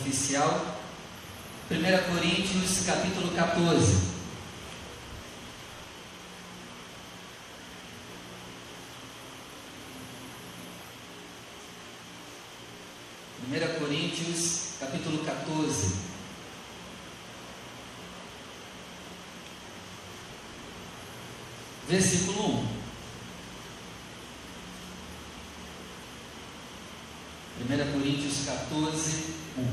oficial. 1 Coríntios, capítulo 14. Coríntios, capítulo 14. Versículo 1. 1 Coríntios 14, 1.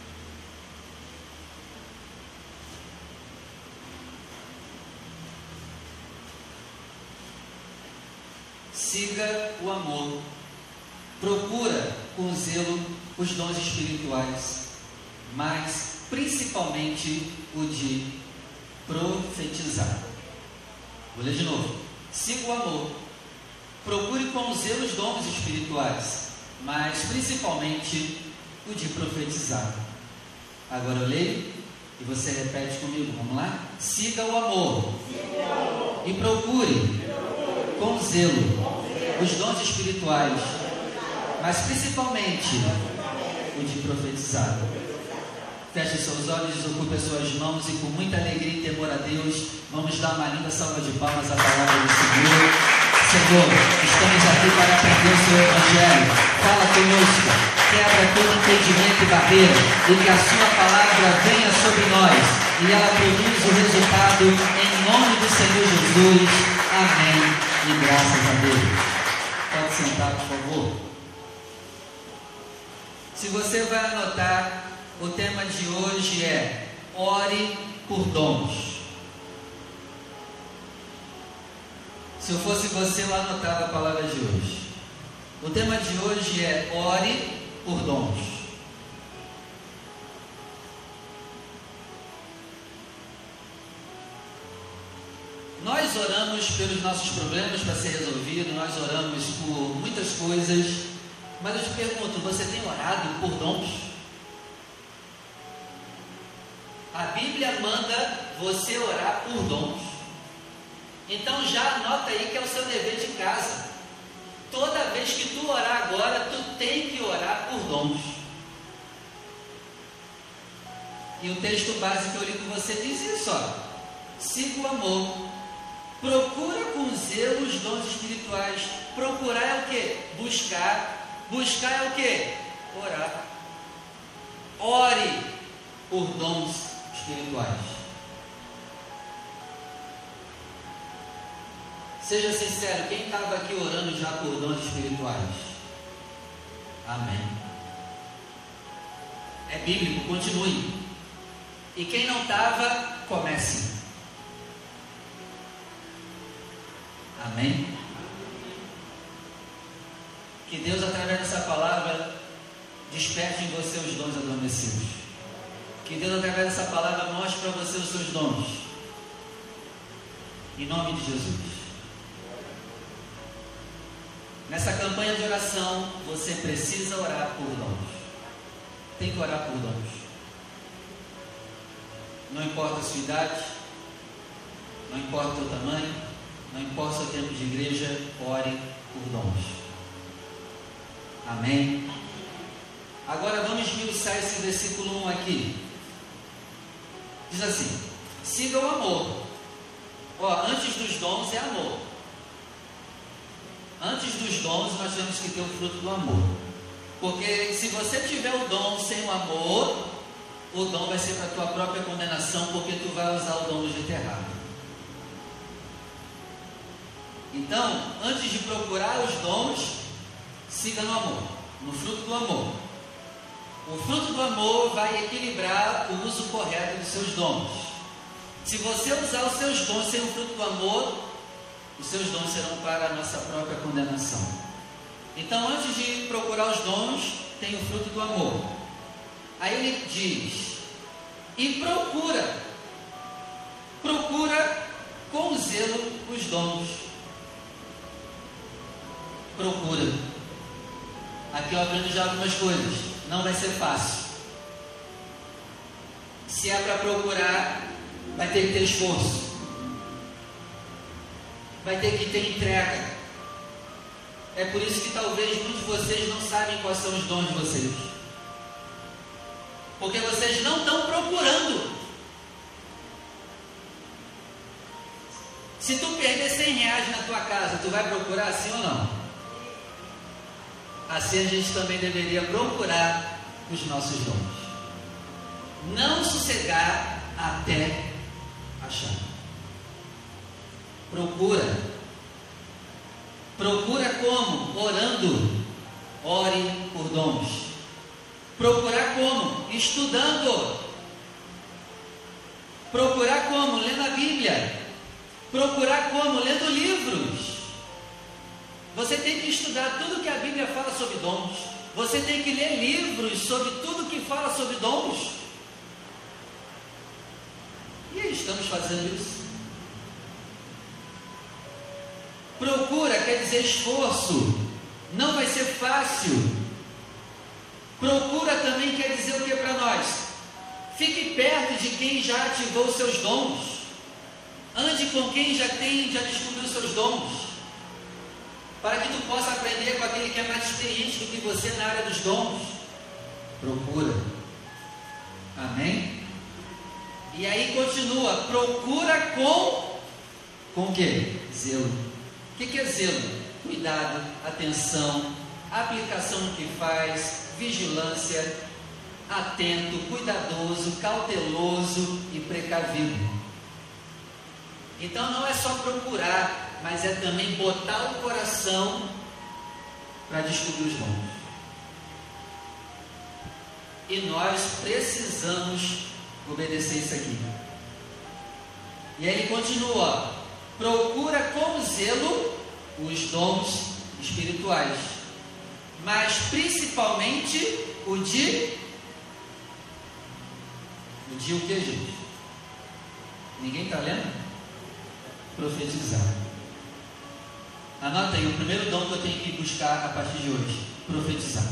Siga o amor, procura com zelo os dons espirituais, mas principalmente o de profetizar. Vou ler de novo. Siga o amor, procure com zelo os dons espirituais, mas principalmente o de profetizar. Agora eu leio e você repete comigo, vamos lá? Siga o amor, e procure com zelo os dons espirituais, mas principalmente o de profetizar. Feche seus olhos, desocupe as suas mãos e com muita alegria e temor a Deus, vamos dar uma linda salva de palmas à palavra do Senhor. Senhor, estamos aqui para aprender o seu Evangelho. Fala conosco, quebra todo impedimento e barreira, e que a sua palavra venha sobre nós e ela produz o resultado em nome do Senhor Jesus. Amém e graças a Deus. Pode sentar, por favor. Se você vai anotar, o tema de hoje é ore por dons. Se eu fosse você, eu anotava a palavra de hoje. O tema de hoje é ore por dons. Nós oramos pelos nossos problemas para ser resolvido, nós oramos por muitas coisas, mas eu te pergunto, você tem orado por dons? A Bíblia manda você orar por dons. Então já anota aí que é o seu dever de casa. Toda vez que tu orar agora, tu tem que orar por dons. E o texto básico que eu li com você diz isso, ó. Siga o amor. Procura com zelo os dons espirituais. Procurar é o quê? Buscar. Buscar é o quê? Orar. Ore por dons espirituais. Seja sincero, quem estava aqui orando já por dons espirituais? Amém. É bíblico, continue. E quem não estava, comece. Amém. Que Deus, através dessa palavra, desperte em você os dons adormecidos. Que Deus, através dessa palavra, mostre para você os seus dons. Em nome de Jesus. Nessa campanha de oração, você precisa orar por dons. Tem que orar por dons. Não importa a sua idade, não importa o teu tamanho, não importa o seu tempo de igreja, ore por dons. Amém? Agora vamos esmiuçar esse versículo 1 aqui. Diz assim: siga o amor. Antes dos dons é amor. Antes dos dons nós temos que ter o fruto do amor. Porque se você tiver o dom sem o amor, o dom vai ser para a tua própria condenação, porque tu vai usar o dom do jeito errado. Então, antes de procurar os dons, siga no amor, no fruto do amor. O fruto do amor vai equilibrar o uso correto dos seus dons. Se você usar os seus dons sem o fruto do amor, os seus dons serão para a nossa própria condenação. Então, antes de procurar os dons, tem o fruto do amor. Aí ele diz: e procura com zelo os dons. Procura. Aqui eu aprendo já algumas coisas. Não vai ser fácil. Se é para procurar, vai ter que ter esforço. Vai ter que ter entrega. É por isso que talvez muitos de vocês não sabem quais são os dons de vocês. Porque vocês não estão procurando. Se tu perder 100 reais na tua casa, tu vai procurar sim ou não? Assim a gente também deveria procurar os nossos dons. Não sossegar até achar. Procura. Procura como? Orando. Ore por dons. Procurar como? Estudando. Procurar como? Lendo a Bíblia. Procurar como? Lendo livros. Você tem que estudar tudo que a Bíblia fala sobre dons. Você tem que ler livros sobre tudo que fala sobre dons. E aí, estamos fazendo isso? Procura quer dizer esforço. Não vai ser fácil. Procura também quer dizer o que para nós? Fique perto de quem já ativou os seus dons. Ande com quem já descobriu os seus dons. Para que tu possa aprender com aquele que é mais experiente do que você na área dos dons. Procura. Amém? E aí continua. Procura com o quê? Zelo. O que é zelo? Cuidado, atenção, aplicação no que faz, vigilância, atento, cuidadoso, cauteloso e precavido. Então não é só procurar, mas é também botar o coração para descobrir os dons. E nós precisamos obedecer isso aqui. E aí ele continua: procura com zelo os dons espirituais, mas principalmente o de o que, gente? Ninguém está lendo? Profetizar. Anota aí, o primeiro dom que eu tenho que buscar a partir de hoje: profetizar.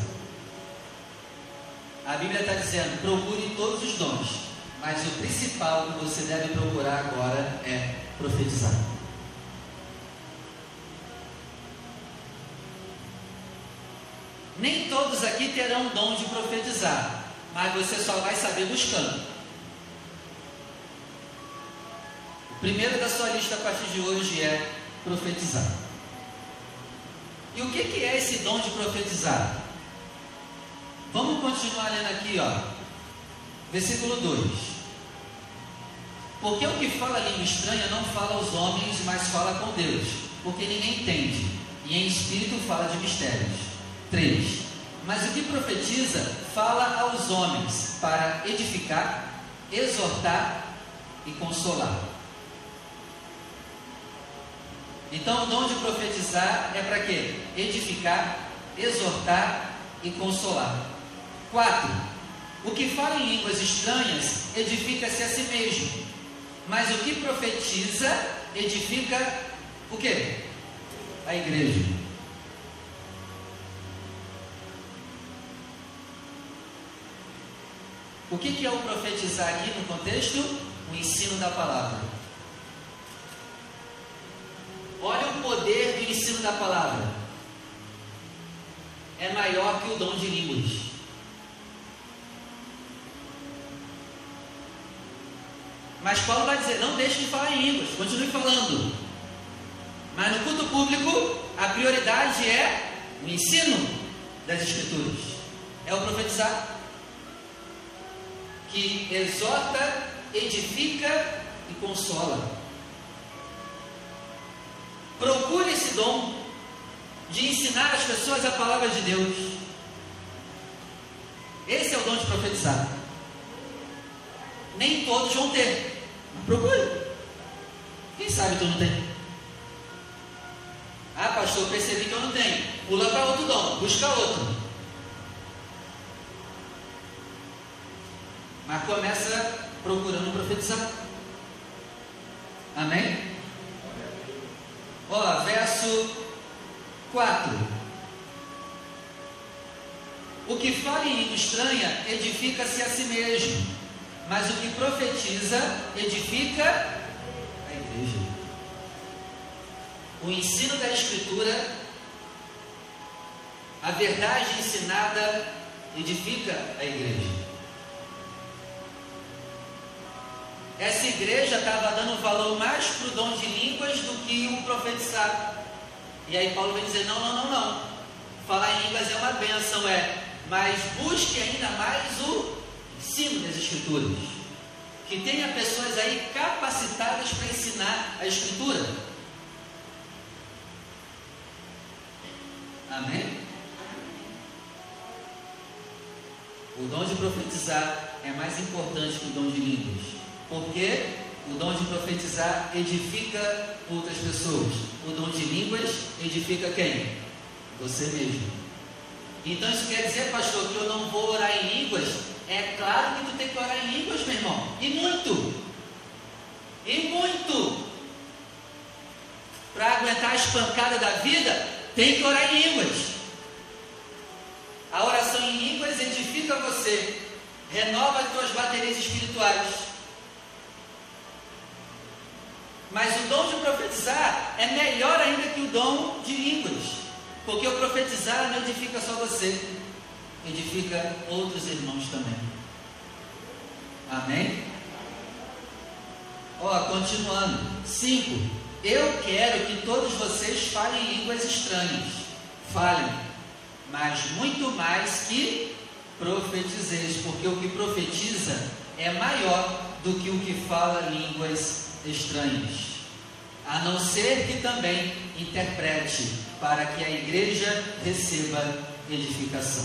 A Bíblia está dizendo: procure todos os dons, mas o principal que você deve procurar agora é profetizar. Nem todos aqui terão o dom de profetizar, mas você só vai saber buscando. O primeiro da sua lista a partir de hoje é profetizar. E o que é esse dom de profetizar? Vamos continuar lendo aqui, versículo 2. Porque o que fala língua estranha não fala aos homens, mas fala com Deus, porque ninguém entende, e em espírito fala de mistérios. 3. Mas o que profetiza fala aos homens para edificar, exortar e consolar. Então o dom de profetizar é para quê? Edificar, exortar e consolar. 4. O que fala em línguas estranhas edifica-se a si mesmo, mas o que profetiza edifica o quê? A igreja. O que é o profetizar aqui no contexto? O ensino da palavra. Olha o poder do ensino da palavra. É maior que o dom de línguas. Mas Paulo vai dizer: não deixe de falar em línguas, continue falando. Mas no culto público, a prioridade é o ensino das Escrituras. É o profetizar, que exorta, edifica e consola. Procure esse dom de ensinar as pessoas a palavra de Deus. Esse é o dom de profetizar. Nem todos vão ter, mas procure. Quem sabe tu não tem? Ah, pastor, percebi que eu não tenho. Pula para outro dom, busca outro. Mas começa procurando profetizar. Amém? Verso 4. O que fala em língua estranha edifica-se a si mesmo, mas o que profetiza edifica a igreja. O ensino da Escritura, a verdade ensinada edifica a igreja. essa igreja estava dando valor mais para o dom de línguas do que o profetizar. E aí Paulo vem dizer, não. Falar em línguas é uma bênção, mas busque ainda mais o ensino das Escrituras. Que tenha pessoas aí capacitadas para ensinar a Escritura. Amém? O dom de profetizar é mais importante que o dom de línguas. Porque o dom de profetizar edifica outras pessoas. O dom de línguas edifica quem? Você mesmo. Então isso quer dizer, pastor, que eu não vou orar em línguas? É claro que tu tem que orar em línguas, meu irmão. E muito. Para aguentar as pancadas da vida, tem que orar em línguas. A oração em línguas edifica você. Renova as tuas baterias espirituais. Mas o dom de profetizar é melhor ainda que o dom de línguas. Porque o profetizar não edifica só você, edifica outros irmãos também. Amém? Continuando. 5. Eu quero que todos vocês falem línguas estranhas. Falem, mas muito mais que profetizeis, porque o que profetiza é maior do que o que fala línguas estranhas. A não ser que também interprete, para que a igreja receba edificação.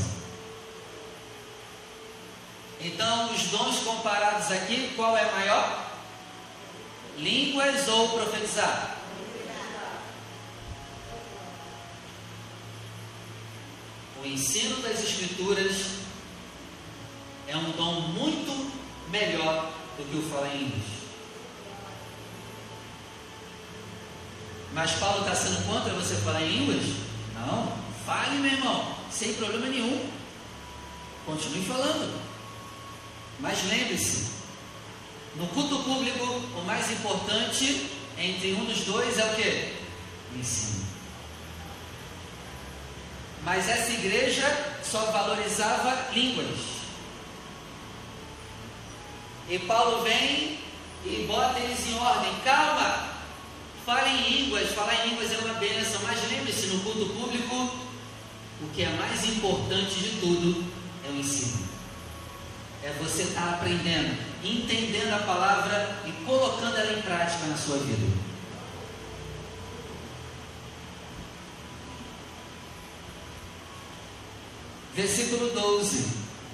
Então, os dons comparados aqui, qual é maior? Línguas ou profetizar? O ensino das Escrituras é um dom muito melhor do que o falar em línguas. Mas Paulo está sendo contra você falar em línguas? Não, fale, meu irmão, sem problema nenhum. Continue falando. Mas lembre-se, no culto público, o mais importante entre um dos dois é o quê? O ensino. Mas essa igreja só valorizava línguas. E Paulo vem e bota eles em ordem. Calma! Fala em línguas, falar em línguas é uma bênção, mas lembre-se, no culto público, o que é mais importante de tudo é o ensino. É você estar aprendendo, entendendo a palavra e colocando ela em prática na sua vida. Versículo 12.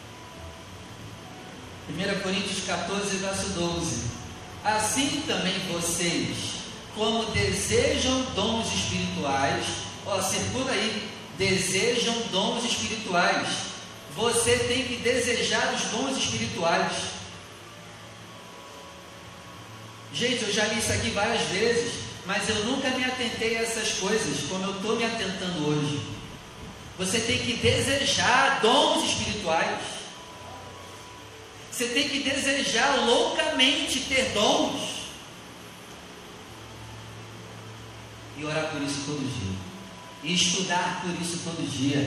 1 Coríntios 14, verso 12. Assim também vocês, como desejam dons espirituais, circula aí, desejam dons espirituais. Você tem que desejar os dons espirituais. Gente, eu já li isso aqui várias vezes, mas eu nunca me atentei a essas coisas como eu estou me atentando hoje. Você tem que desejar dons espirituais. Você tem que desejar loucamente ter dons. E orar por isso todo dia. E estudar por isso todo dia.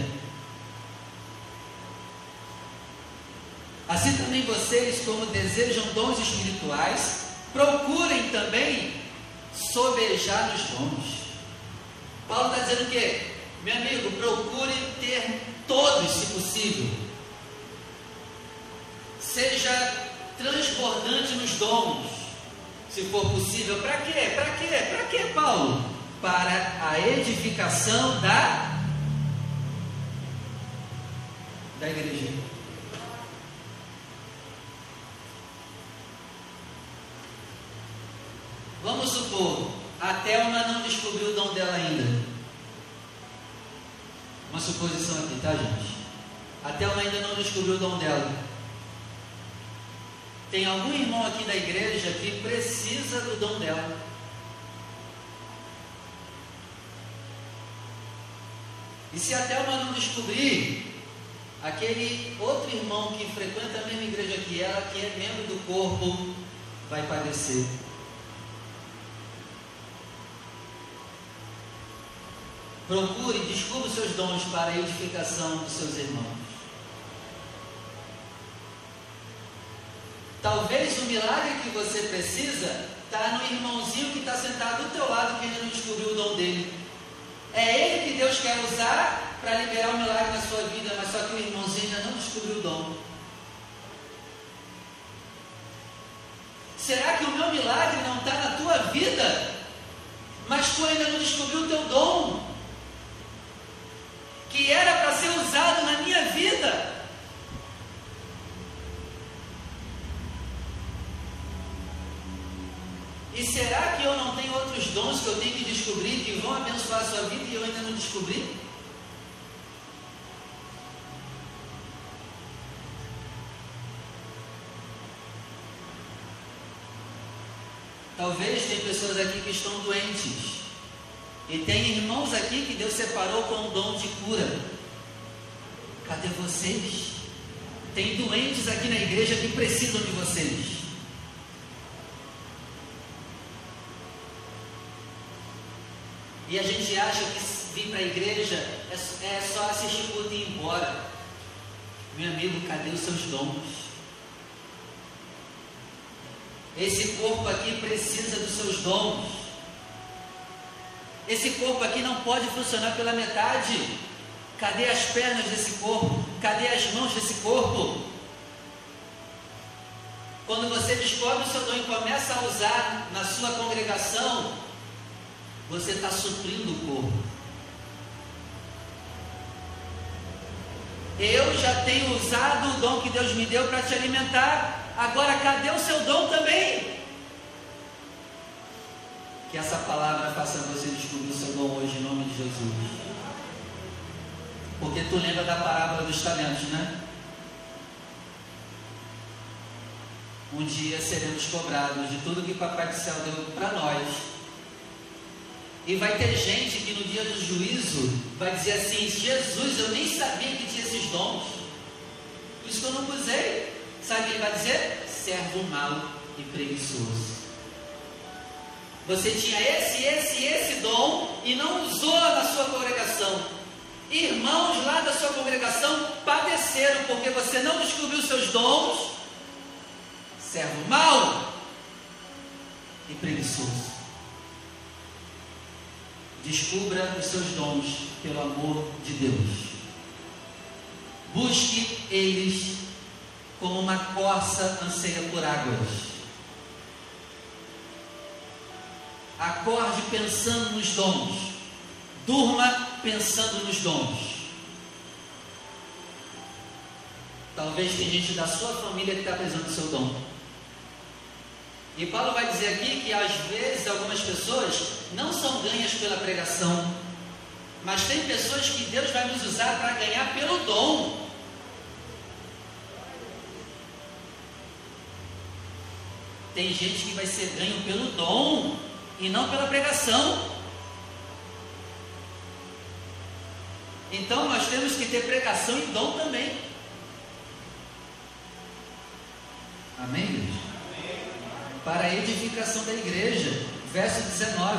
Assim também vocês, como desejam dons espirituais, procurem também sobejar nos dons. Paulo está dizendo o quê? Meu amigo, procure ter todos, se possível. Seja transbordante nos dons, se for possível. Para quê? Para quê, Paulo? Para a edificação da igreja. Vamos supor, a Thelma não descobriu o dom dela ainda. Uma suposição aqui, tá, gente? A Thelma ainda não descobriu o dom dela. Tem algum irmão aqui da igreja que precisa do dom dela. E se a Thelma não descobrir, aquele outro irmão que frequenta a mesma igreja que ela, que é membro do corpo, vai padecer. Procure, descubra os seus dons para a edificação dos seus irmãos. Talvez o milagre que você precisa está no irmãozinho que está sentado do teu lado, que ainda não descobriu o dom dele. É ele que Deus quer usar para liberar um milagre na sua vida, mas só que o irmãozinho ainda não descobriu o dom. Será que o meu milagre não está na tua vida, mas tu ainda não descobriu o teu dom, que era para ser usado na minha vida? E será que eu não tenho outros dons que eu tenho que descobrir, que vão abençoar a sua vida e eu ainda não descobri? Talvez tem pessoas aqui que estão doentes. E tem irmãos aqui que Deus separou com o dom de cura. Cadê vocês? Tem doentes aqui na igreja que precisam de vocês. E a gente acha que vir para a igreja é só assistir culto e ir embora. Meu amigo, cadê os seus dons? Esse corpo aqui precisa dos seus dons. Esse corpo aqui não pode funcionar pela metade. Cadê as pernas desse corpo? Cadê as mãos desse corpo? Quando você descobre o seu dom e começa a usar na sua congregação, você está suprindo o corpo. Eu já tenho usado o dom que Deus me deu para te alimentar. Agora, cadê o seu dom também? Que essa palavra faça você descobrir o seu dom hoje, em nome de Jesus. Porque tu lembra da parábola dos talentos, né? Um dia seremos cobrados de tudo que o Papai do Céu deu para nós. E vai ter gente que no dia do juízo vai dizer assim: Jesus, eu nem sabia que tinha esses dons, por isso que eu não usei. Sabe o que ele vai dizer? Servo mau e preguiçoso. Você tinha esse dom e não usou na sua congregação. Irmãos lá da sua congregação padeceram porque você não descobriu seus dons. Servo mau e preguiçoso. Descubra os seus dons pelo amor de Deus. Busque eles como uma corça anseia por águas. Acorde pensando nos dons. Durma pensando nos dons. Talvez tem gente da sua família que está precisando do seu dom. E Paulo vai dizer aqui que às vezes algumas pessoas não são ganhas pela pregação, mas tem pessoas que Deus vai nos usar para ganhar pelo dom. Tem gente que vai ser ganho pelo dom e não pela pregação. Então nós temos que ter pregação e dom também. Amém, igreja? Para a edificação da igreja, verso 19.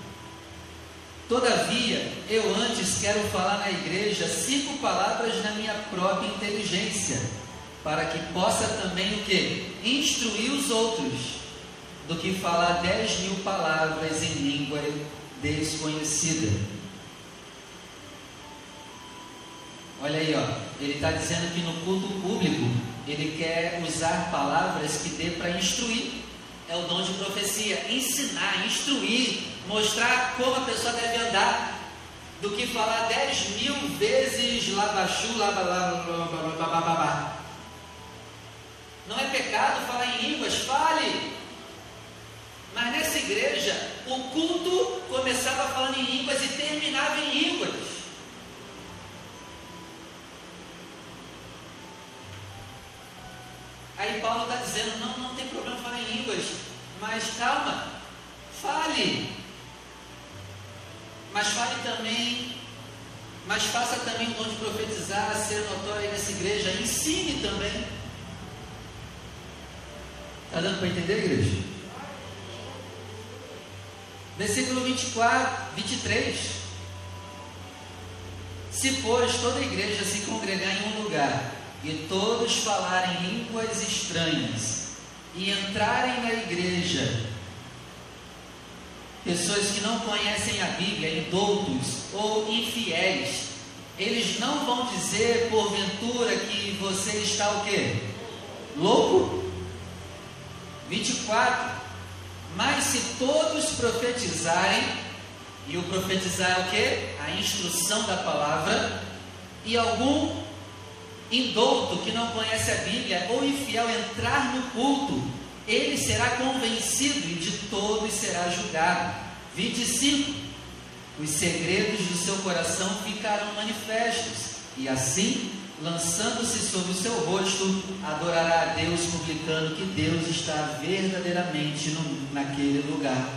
Todavia, eu antes quero falar na igreja 5 palavras na minha própria inteligência, para que possa também o quê? Instruir os outros, do que falar 10.000 palavras em língua desconhecida. Olha aí, ó, ele está dizendo que no culto público, ele quer usar palavras que dê para instruir. É o dom de profecia, ensinar, instruir, mostrar como a pessoa deve andar, do que falar 10.000 vezes labachu, labalabá. Não é pecado falar em línguas, fale. Mas nessa igreja, o culto começava falando em línguas e terminava em línguas. Aí Paulo está dizendo, não tem problema falar em línguas, mas calma, fale. Mas fale também, mas faça também o dom de profetizar, ser notório nessa igreja, ensine também. Está dando para entender, igreja? Versículo 23. Se, pois, toda a igreja se congregar em um lugar, e todos falarem línguas estranhas, e entrarem na igreja pessoas que não conhecem a Bíblia, indoutos ou infiéis, eles não vão dizer porventura que você está o quê? Louco? 24. Mas se todos profetizarem, e o profetizar é o quê? A instrução da palavra, e algum indouto que não conhece a Bíblia ou infiel entrar no culto, ele será convencido e de todos será julgado. 25. Os segredos do seu coração ficarão manifestos, e assim, lançando-se sobre o seu rosto, adorará a Deus, publicando que Deus está verdadeiramente naquele lugar.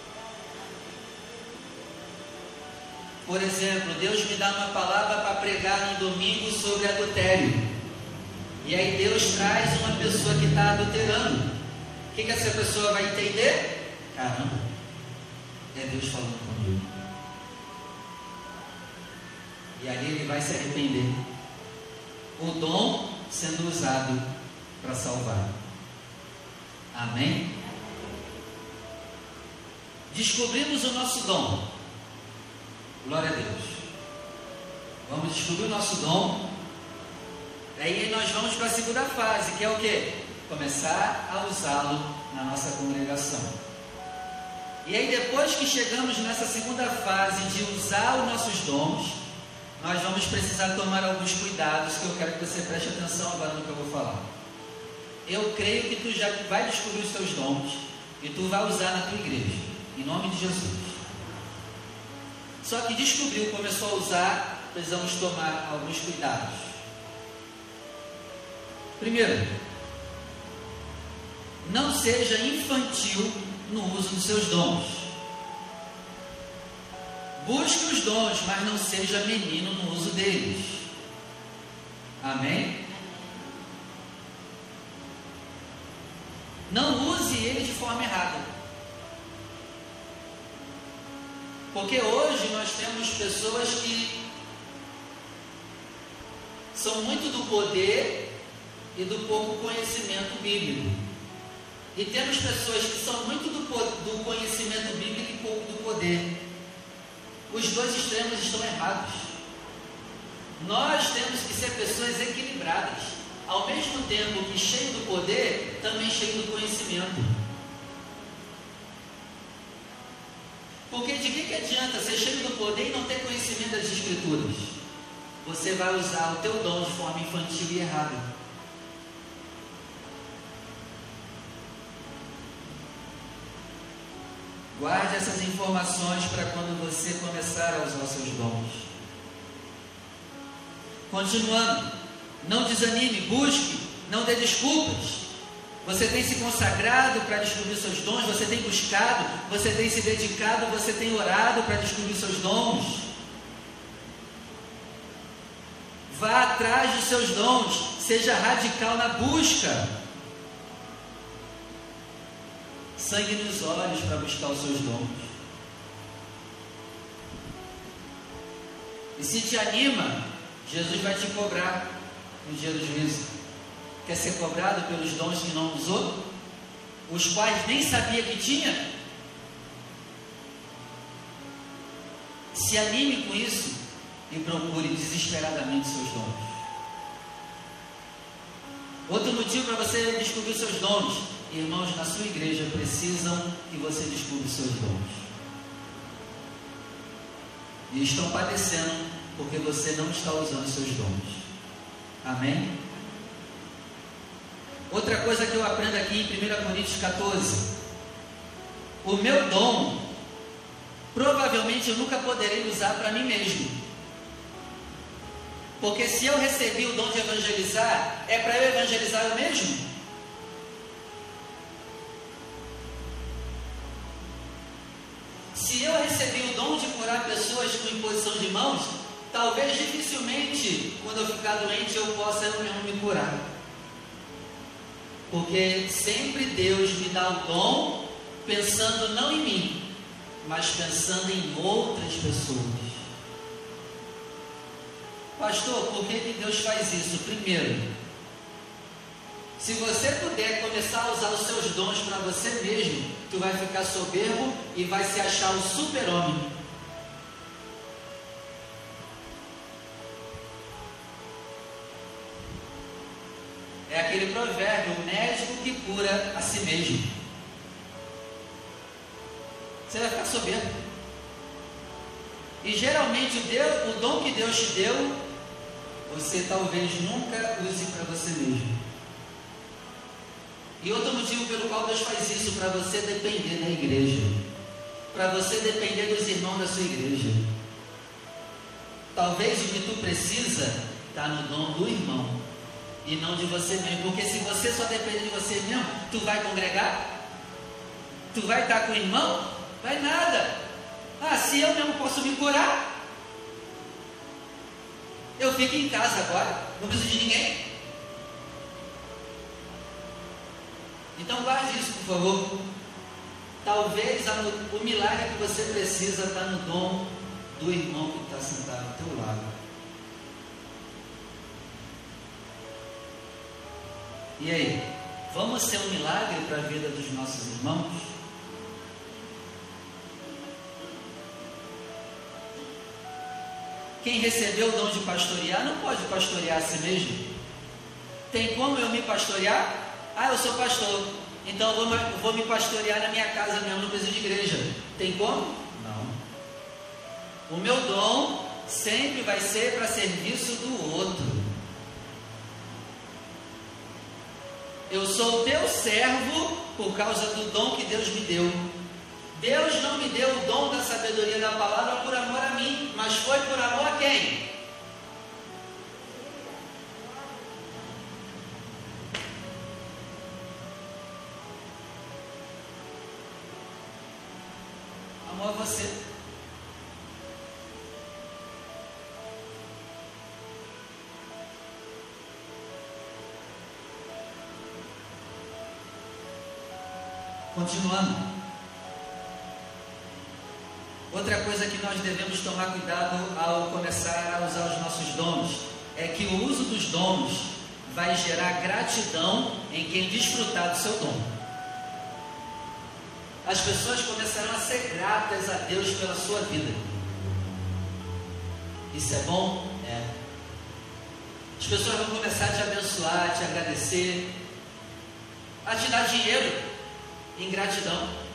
Por exemplo, Deus me dá uma palavra para pregar no domingo sobre adultério, e aí Deus traz uma pessoa que está adulterando. O que essa pessoa vai entender? Caramba, é Deus falando comigo. E ali ele vai se arrepender. O dom sendo usado para salvar. Amém? Descobrimos o nosso dom. Glória a Deus. Vamos descobrir o nosso dom. Aí nós vamos para a segunda fase, que é o quê? Começar a usá-lo na nossa congregação. E aí depois que chegamos nessa segunda fase de usar os nossos dons, nós vamos precisar tomar alguns cuidados, que eu quero que você preste atenção agora no que eu vou falar. Eu creio que tu já vai descobrir os teus dons e tu vai usar na tua igreja, em nome de Jesus. Só que descobriu, começou a usar, precisamos tomar alguns cuidados. Primeiro, não seja infantil no uso dos seus dons. Busque os dons, mas não seja menino no uso deles. Amém? Não use ele de forma errada. Porque hoje nós temos pessoas que são muito do poder e do pouco conhecimento bíblico. E temos pessoas que são muito do conhecimento bíblico e pouco do poder. Os dois extremos estão errados. Nós temos que ser pessoas equilibradas, ao mesmo tempo que cheio do poder, também cheio do conhecimento. Porque de que adianta ser cheio do poder e não ter conhecimento das Escrituras? Você vai usar o teu dom de forma infantil e errada. Guarde essas informações para quando você começar a usar os seus dons. Continuando, não desanime, busque, não dê desculpas. Você tem se consagrado para descobrir seus dons, você tem buscado, você tem se dedicado, você tem orado para descobrir seus dons. Vá atrás dos seus dons, seja radical na busca. Sangue nos olhos para buscar os seus dons. E se te anima, Jesus vai te cobrar no dia do juízo. Quer ser cobrado pelos dons que não usou? Os quais nem sabia que tinha? Se anime com isso e procure desesperadamente seus dons. Outro motivo para você descobrir os seus dons: irmãos na sua igreja precisam que você descubra os seus dons. E estão padecendo porque você não está usando os seus dons. Amém? Outra coisa que eu aprendo aqui em 1 Coríntios 14: o meu dom, provavelmente eu nunca poderei usar para mim mesmo. Porque se eu recebi o dom de evangelizar, é para eu evangelizar eu mesmo? Se eu recebi o dom de curar pessoas com imposição de mãos, talvez dificilmente, quando eu ficar doente, eu possa eu mesmo me curar. Porque sempre Deus me dá o dom pensando não em mim, mas pensando em outras pessoas. Pastor, por que Deus faz isso? Primeiro, Se você puder começar a usar os seus dons para você mesmo, tu vai ficar soberbo e vai se achar o super-homem. É aquele provérbio, o médico que cura a si mesmo. Você vai ficar soberbo. E geralmente o dom que Deus te deu, você talvez nunca use para você mesmo. E outro motivo pelo qual Deus faz isso, para você depender da igreja, para você depender dos irmãos da sua igreja. Talvez o que tu precisa está no dom do irmão e não de você mesmo, porque se você só depender de você mesmo, tu vai congregar? Tu vai estar com o irmão? Vai nada. Ah, se eu mesmo posso me curar, eu fico em casa agora, não preciso de ninguém. Então guarde isso, por favor. Talvez o milagre que você precisa está no dom do irmão que está sentado ao teu lado. E aí, vamos ser um milagre para a vida dos nossos irmãos? Quem recebeu o dom de pastorear não pode pastorear a si mesmo. Tem como eu me pastorear? Ah, eu sou pastor, então eu vou me pastorear na minha casa mesmo, não preciso de igreja. Tem como? Não. O meu dom sempre vai ser para serviço do outro. Eu sou o teu servo por causa do dom que Deus me deu. Deus não me deu o dom da sabedoria da palavra por amor a mim, mas foi por amor a quem? Amor a você. Continuando. Outra coisa que nós devemos tomar cuidado ao começar a usar os nossos dons é que o uso dos dons vai gerar gratidão em quem desfrutar do seu dom. As pessoas começarão a ser gratas a Deus pela sua vida. Isso é bom? É. As pessoas vão começar a te abençoar, a te agradecer, a te dar dinheiro em gratidão.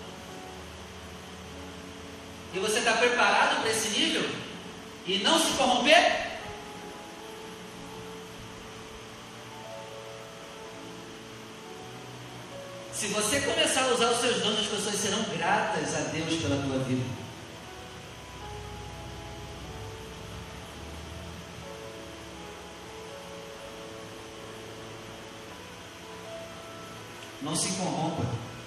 E você está preparado para esse nível? E não se corromper? Se você começar a usar os seus dons, as pessoas serão gratas a Deus pela tua vida. Não se corrompa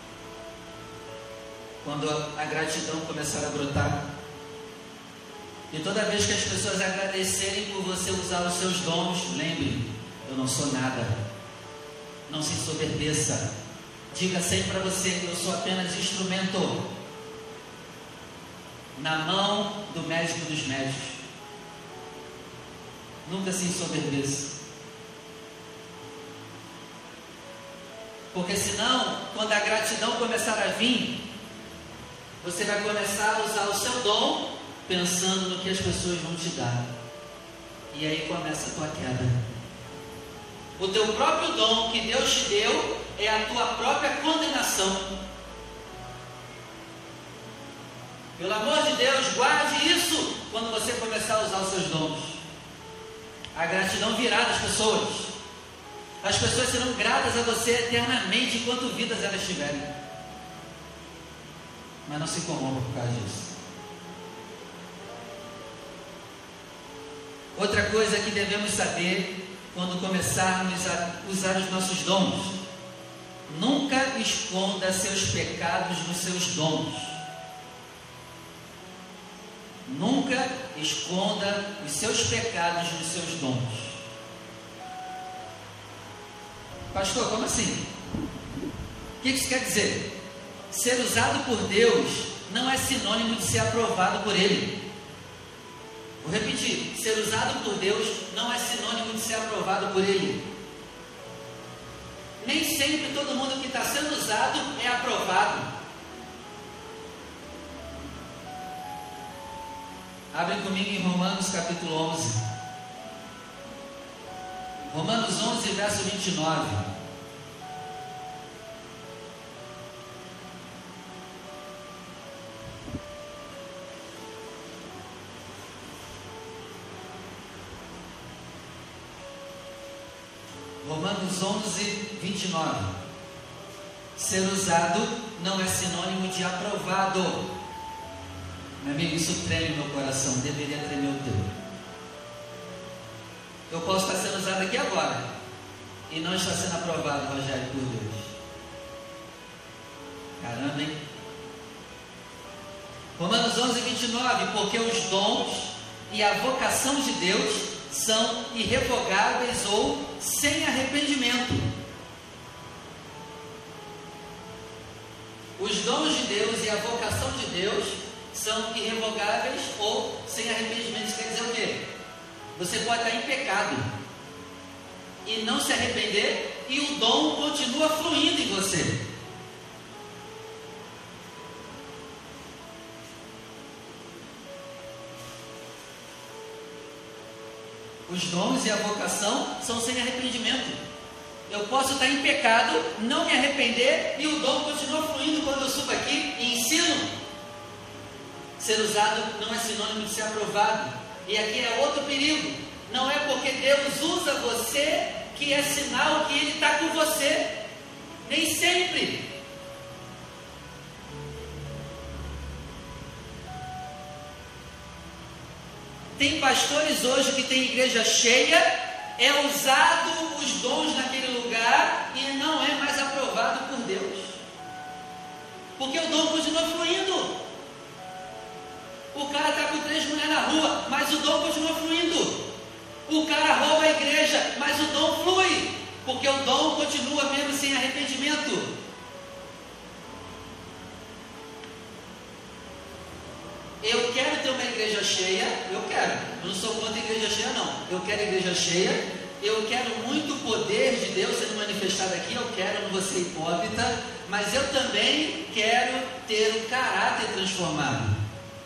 quando a gratidão começar a brotar. E toda vez que as pessoas agradecerem por você usar os seus dons, lembre, eu não sou nada. Não se ensoberbeça. Diga sempre para você que eu sou apenas instrumento na mão do médico dos médicos. Nunca se ensoberbeça. Porque senão, quando a gratidão começar a vir, você vai começar a usar o seu dom pensando no que as pessoas vão te dar. E aí começa a tua queda. O teu próprio dom que Deus te deu é a tua própria condenação. Pelo amor de Deus, guarde isso quando você começar a usar os seus dons. A gratidão virá das pessoas. As pessoas serão gratas a você eternamente enquanto vidas elas tiverem. Mas não se corrompa por causa disso. Outra coisa que devemos saber quando começarmos a usar os nossos dons: nunca esconda seus pecados nos seus dons. Nunca esconda os seus pecados nos seus dons. Pastor, como assim? O que isso quer dizer? Ser usado por Deus não é sinônimo de ser aprovado por Ele. Vou repetir: ser usado por Deus não é sinônimo de ser aprovado por Ele. Nem sempre todo mundo que está sendo usado é aprovado. Abre comigo em Romanos capítulo 11. Romanos 11, verso 29. Romanos 11, 29. Ser usado não é sinônimo de aprovado. Meu amigo, isso treme meu coração, deveria tremer o teu. Eu posso estar sendo usado aqui agora e não estar sendo aprovado, Rogério, por Deus. Caramba, hein? Romanos 11, 29. Porque os dons e a vocação de Deus são irrevogáveis ou sem arrependimento. Os dons de Deus e a vocação de Deus são irrevogáveis ou sem arrependimento. Isso quer dizer o quê? Você pode estar em pecado e não se arrepender, e o dom continua fluindo em você. Os dons e a vocação são sem arrependimento. Eu posso estar em pecado, não me arrepender, e o dom continua fluindo quando eu subo aqui e ensino. Ser usado não é sinônimo de ser aprovado. E aqui é outro perigo. Não é porque Deus usa você que é sinal que Ele está com você. Nem sempre. Tem pastores hoje que tem igreja cheia, é usado os dons naquele lugar e não é mais aprovado por Deus. Porque o dom continua fluindo. O cara está com 3 mulheres na rua, mas o dom continua fluindo. O cara rouba a igreja, mas o dom flui, porque o dom continua mesmo sem arrependimento. Eu quero ter uma igreja cheia, eu não sou contra a igreja cheia não, eu quero igreja cheia, eu quero muito poder de Deus sendo manifestado aqui, eu não vou ser hipócrita, mas eu também quero ter um caráter transformado.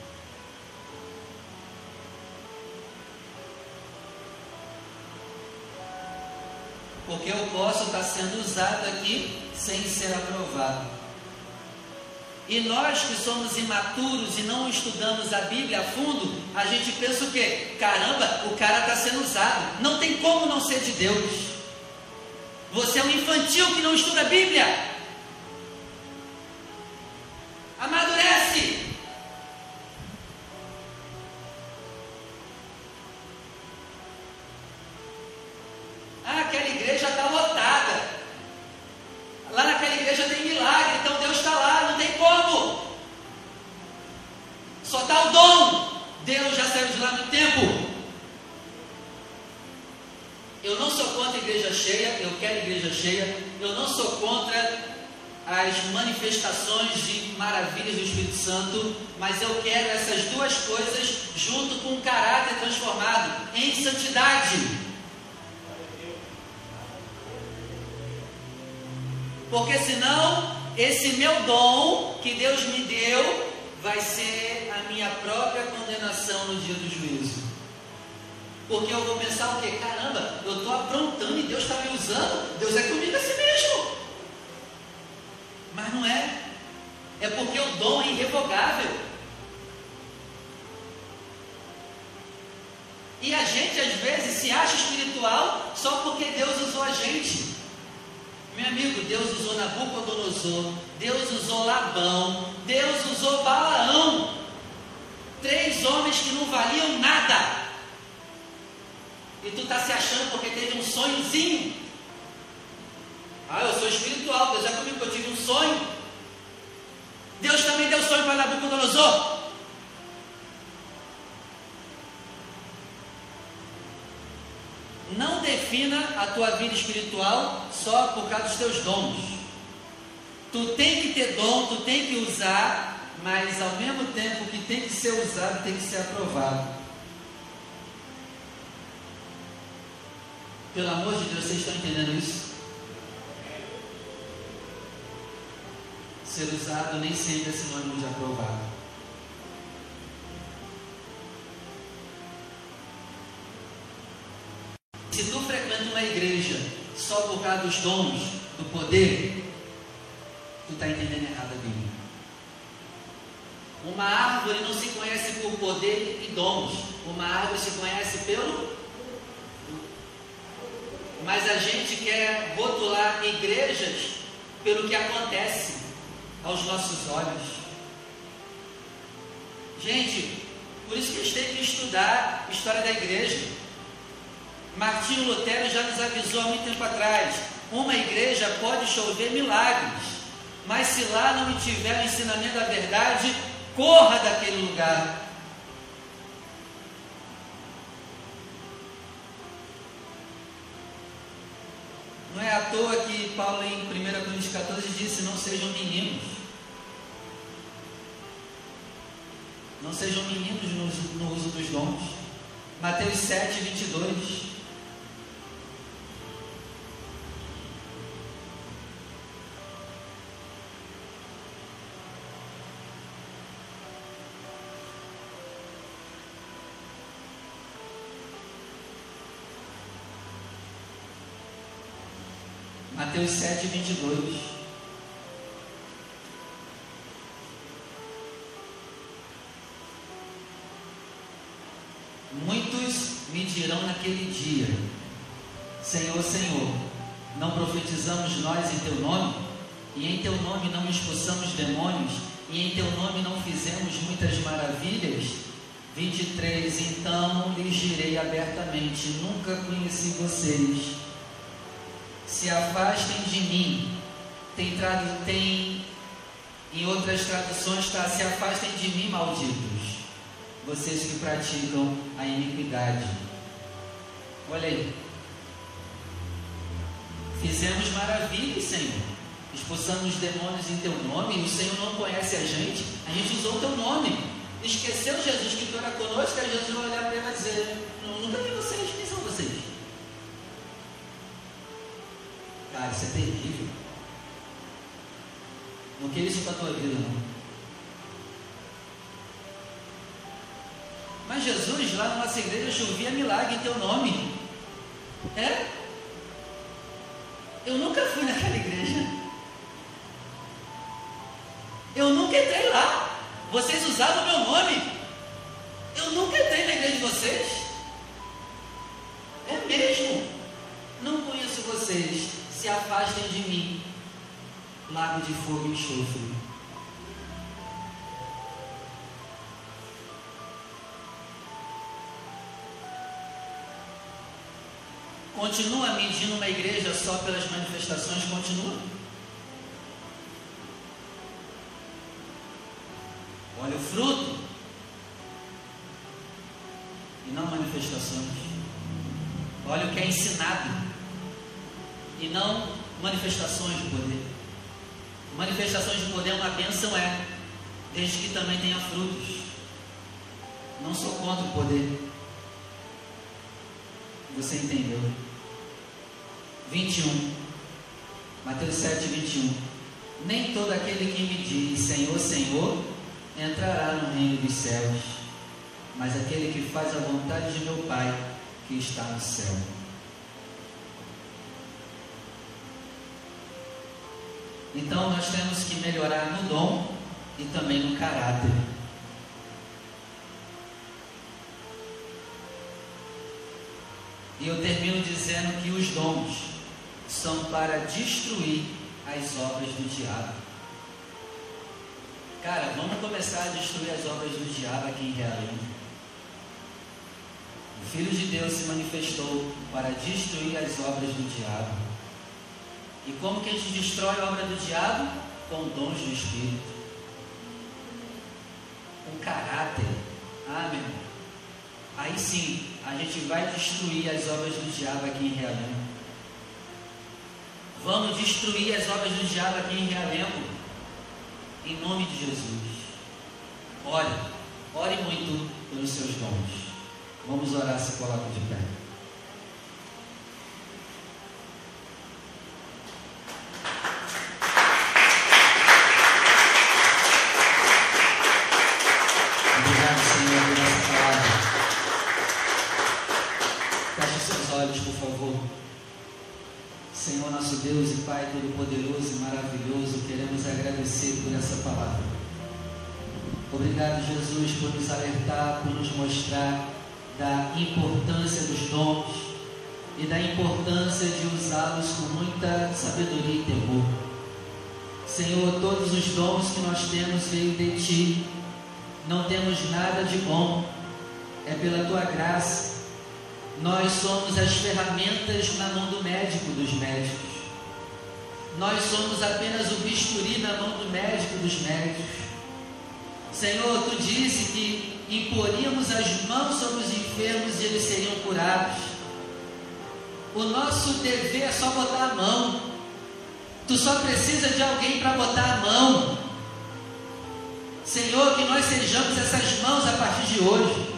Porque eu posso estar sendo usado aqui sem ser aprovado. E nós que somos imaturos e não estudamos a Bíblia a fundo, a gente pensa o quê? Caramba, o cara está sendo usado. Não tem como não ser de Deus. Você é um infantil que não estuda a Bíblia. Amadurece. Aquela igreja está lotada. Lá naquela igreja tem milagre, então Deus está lá, não tem como. Só está o dom. Deus já saiu de lá no tempo. Eu não sou contra a igreja cheia, eu quero igreja cheia. Eu não sou contra as manifestações de maravilhas do Espírito Santo, mas eu quero essas duas coisas junto com um caráter transformado em santidade. Porque senão, esse meu dom que Deus me deu vai ser a minha própria condenação no dia do juízo. Porque eu vou pensar o quê? Caramba, eu estou aprontando e Deus está me usando. Deus é comigo assim mesmo. Mas não é. É porque o dom é irrevogável. E a gente às vezes se acha espiritual só porque Deus usou a gente. Meu amigo, Deus usou Nabucodonosor, Deus usou Labão, Deus usou Balaão. 3 homens que não valiam nada. E tu está se achando porque teve um sonhozinho. Eu sou espiritual, Deus é comigo, eu tive um sonho. Deus também deu sonho para Nabucodonosor. Não defina a tua vida espiritual só por causa dos teus dons. Tu tem que ter dom, tu tem que usar, mas ao mesmo tempo que tem que ser usado, tem que ser aprovado. Pelo amor de Deus, vocês estão entendendo isso? Ser usado nem sempre é sinônimo de aprovado. Se tu frequenta uma igreja só por causa dos dons, do poder, tu está entendendo errado a Bíblia. Uma árvore não se conhece por poder e dons. Uma árvore se conhece pelo... Mas a gente quer rotular igrejas pelo que acontece aos nossos olhos. Gente, por isso que a gente tem que estudar a história da igreja. Martinho Lutero já nos avisou há muito tempo atrás: uma igreja pode chover milagres, mas se lá não tiver o ensinamento da verdade, corra daquele lugar. Não é à toa que Paulo em 1 Coríntios 14 disse: não sejam meninos. Não sejam meninos no uso dos dons. Mateus 7, 22. Mateus 7, 22. Muitos me dirão naquele dia: Senhor, Senhor, não profetizamos nós em teu nome? E em teu nome não expulsamos demônios? E em teu nome não fizemos muitas maravilhas? 23. Então lhes direi abertamente: nunca conheci vocês. Se afastem de mim. Tem em outras traduções está: se afastem de mim, malditos, vocês que praticam a iniquidade. Olha aí. Fizemos maravilhas, Senhor. Expulsamos demônios em teu nome. E o Senhor não conhece a gente usou o teu nome. Esqueceu Jesus que tu era conosco. Aí Jesus vai olhar para ele e vai dizer: nunca vi vocês. Quem são vocês? Cara, isso é terrível. Não queira isso para a tua vida, não. Mas Jesus, lá na nossa igreja, chovia milagre em teu nome. É? Eu nunca fui naquela igreja. Eu nunca entrei lá. Vocês usavam o meu nome. Eu nunca entrei na igreja de vocês. É mesmo? Não conheço vocês. Se afastem de mim, lago de fogo e enxofre. Continua medindo uma igreja só pelas manifestações? Continua. Olha o fruto e não manifestações. Olha o que é ensinado e não manifestações de poder. Manifestações de poder é uma bênção, desde que também tenha frutos. Não sou contra o poder. Você entendeu? 21. Mateus 7, 21. Nem todo aquele que me diz Senhor, Senhor entrará no reino dos céus, mas aquele que faz a vontade de meu Pai que está no céu. Então nós temos que melhorar no dom e também no caráter. E eu termino dizendo que os dons são para destruir as obras do diabo. Cara, vamos começar a destruir as obras do diabo aqui em Realengo. O Filho de Deus se manifestou para destruir as obras do diabo. E como que a gente destrói a obra do diabo? Com dons do Espírito. Com caráter. Ah, meu irmão. Aí sim, a gente vai destruir as obras do diabo aqui em Realengo. Vamos destruir as obras do diabo aqui em Realengo. Em nome de Jesus. Ore muito pelos seus dons. Vamos orar, se coloca de pé. poderoso e maravilhoso, queremos agradecer por essa palavra. Obrigado, Jesus, por nos alertar, por nos mostrar da importância dos dons e da importância de usá-los com muita sabedoria e temor. Senhor, todos os dons que nós temos veio de Ti. Não temos nada de bom, é pela Tua graça. Nós somos as ferramentas na mão do médico dos médicos. Nós somos apenas o bisturi na mão do médico dos médicos. Senhor, Tu disse que imporíamos as mãos sobre os enfermos e eles seriam curados. O nosso dever é só botar a mão. Tu só precisa de alguém para botar a mão. Senhor, que nós sejamos essas mãos a partir de hoje.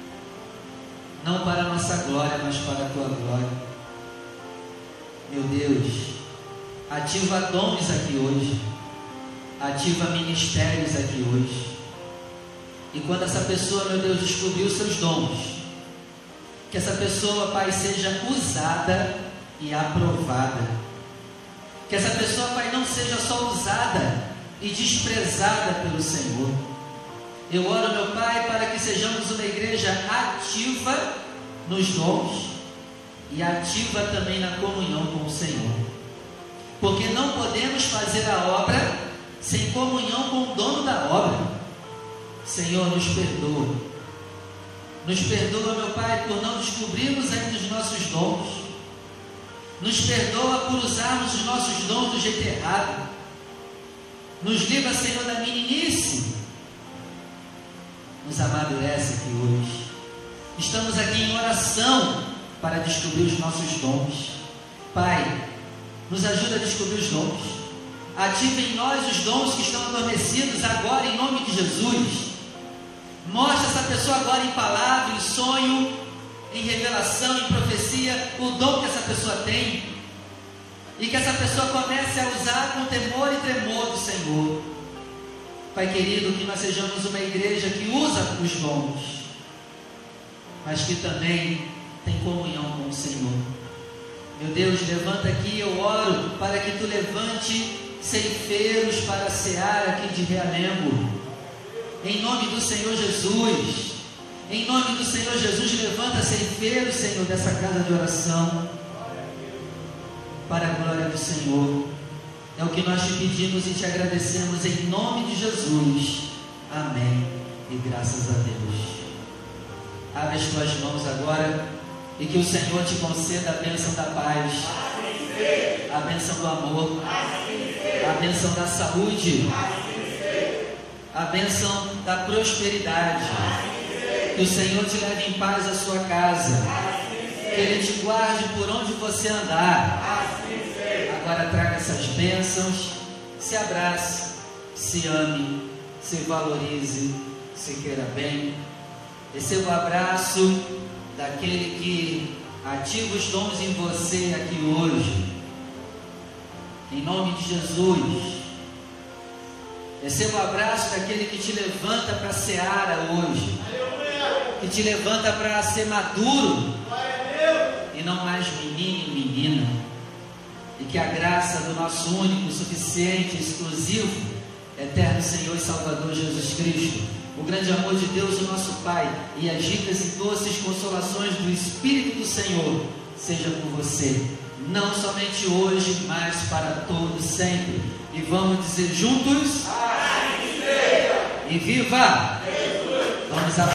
Não para a nossa glória, mas para a Tua glória. Meu Deus, ativa dons aqui hoje. Ativa ministérios aqui hoje. E quando essa pessoa, meu Deus, descobrir os seus dons, que essa pessoa, Pai, seja usada e aprovada. Que essa pessoa, Pai, não seja só usada e desprezada pelo Senhor. Eu oro, meu Pai, para que sejamos uma igreja ativa nos dons e ativa também na comunhão com o Senhor. Porque não podemos fazer a obra sem comunhão com o dono da obra. Senhor, nos perdoa. Nos perdoa, meu Pai, por não descobrirmos ainda os nossos dons. Nos perdoa por usarmos os nossos dons do jeito errado. Nos livra, Senhor, da meninice. Nos amadurece aqui hoje. Estamos aqui em oração para descobrir os nossos dons. Pai, nos ajuda a descobrir os dons. Ativa em nós os dons que estão adormecidos agora, em nome de Jesus. Mostra essa pessoa agora em palavra, em sonho, em revelação, em profecia, o dom que essa pessoa tem. E que essa pessoa comece a usar com temor e tremor do Senhor. Pai querido, que nós sejamos uma igreja que usa os dons, mas que também tem comunhão com o Senhor. Meu Deus, levanta aqui, eu oro para que Tu levante ceifeiros para a seara aqui de Realengo. Em nome do Senhor Jesus. Em nome do Senhor Jesus, levanta ceifeiros, Senhor, dessa casa de oração, para a glória do Senhor. É o que nós te pedimos e te agradecemos em nome de Jesus. Amém. E graças a Deus. Abre as tuas mãos agora e que o Senhor te conceda a bênção da paz, a bênção do amor, a bênção da saúde, a bênção da prosperidade. Que o Senhor te leve em paz à sua casa. Que Ele te guarde por onde você andar. Agora traga essas bênçãos. Se abrace, se ame, se valorize, se queira bem. Receba o abraço daquele que ativa os dons em você aqui hoje. Em nome de Jesus. Receba o abraço daquele que te levanta para a seara hoje. Que te levanta para ser maduro e não mais menino e menina. E que a graça do nosso único, suficiente, exclusivo, eterno Senhor e Salvador Jesus Cristo, o grande amor de Deus, o nosso Pai, e as ricas e doces consolações do Espírito do Senhor seja com você, não somente hoje, mas para todos sempre. E vamos dizer juntos: e viva! Vamos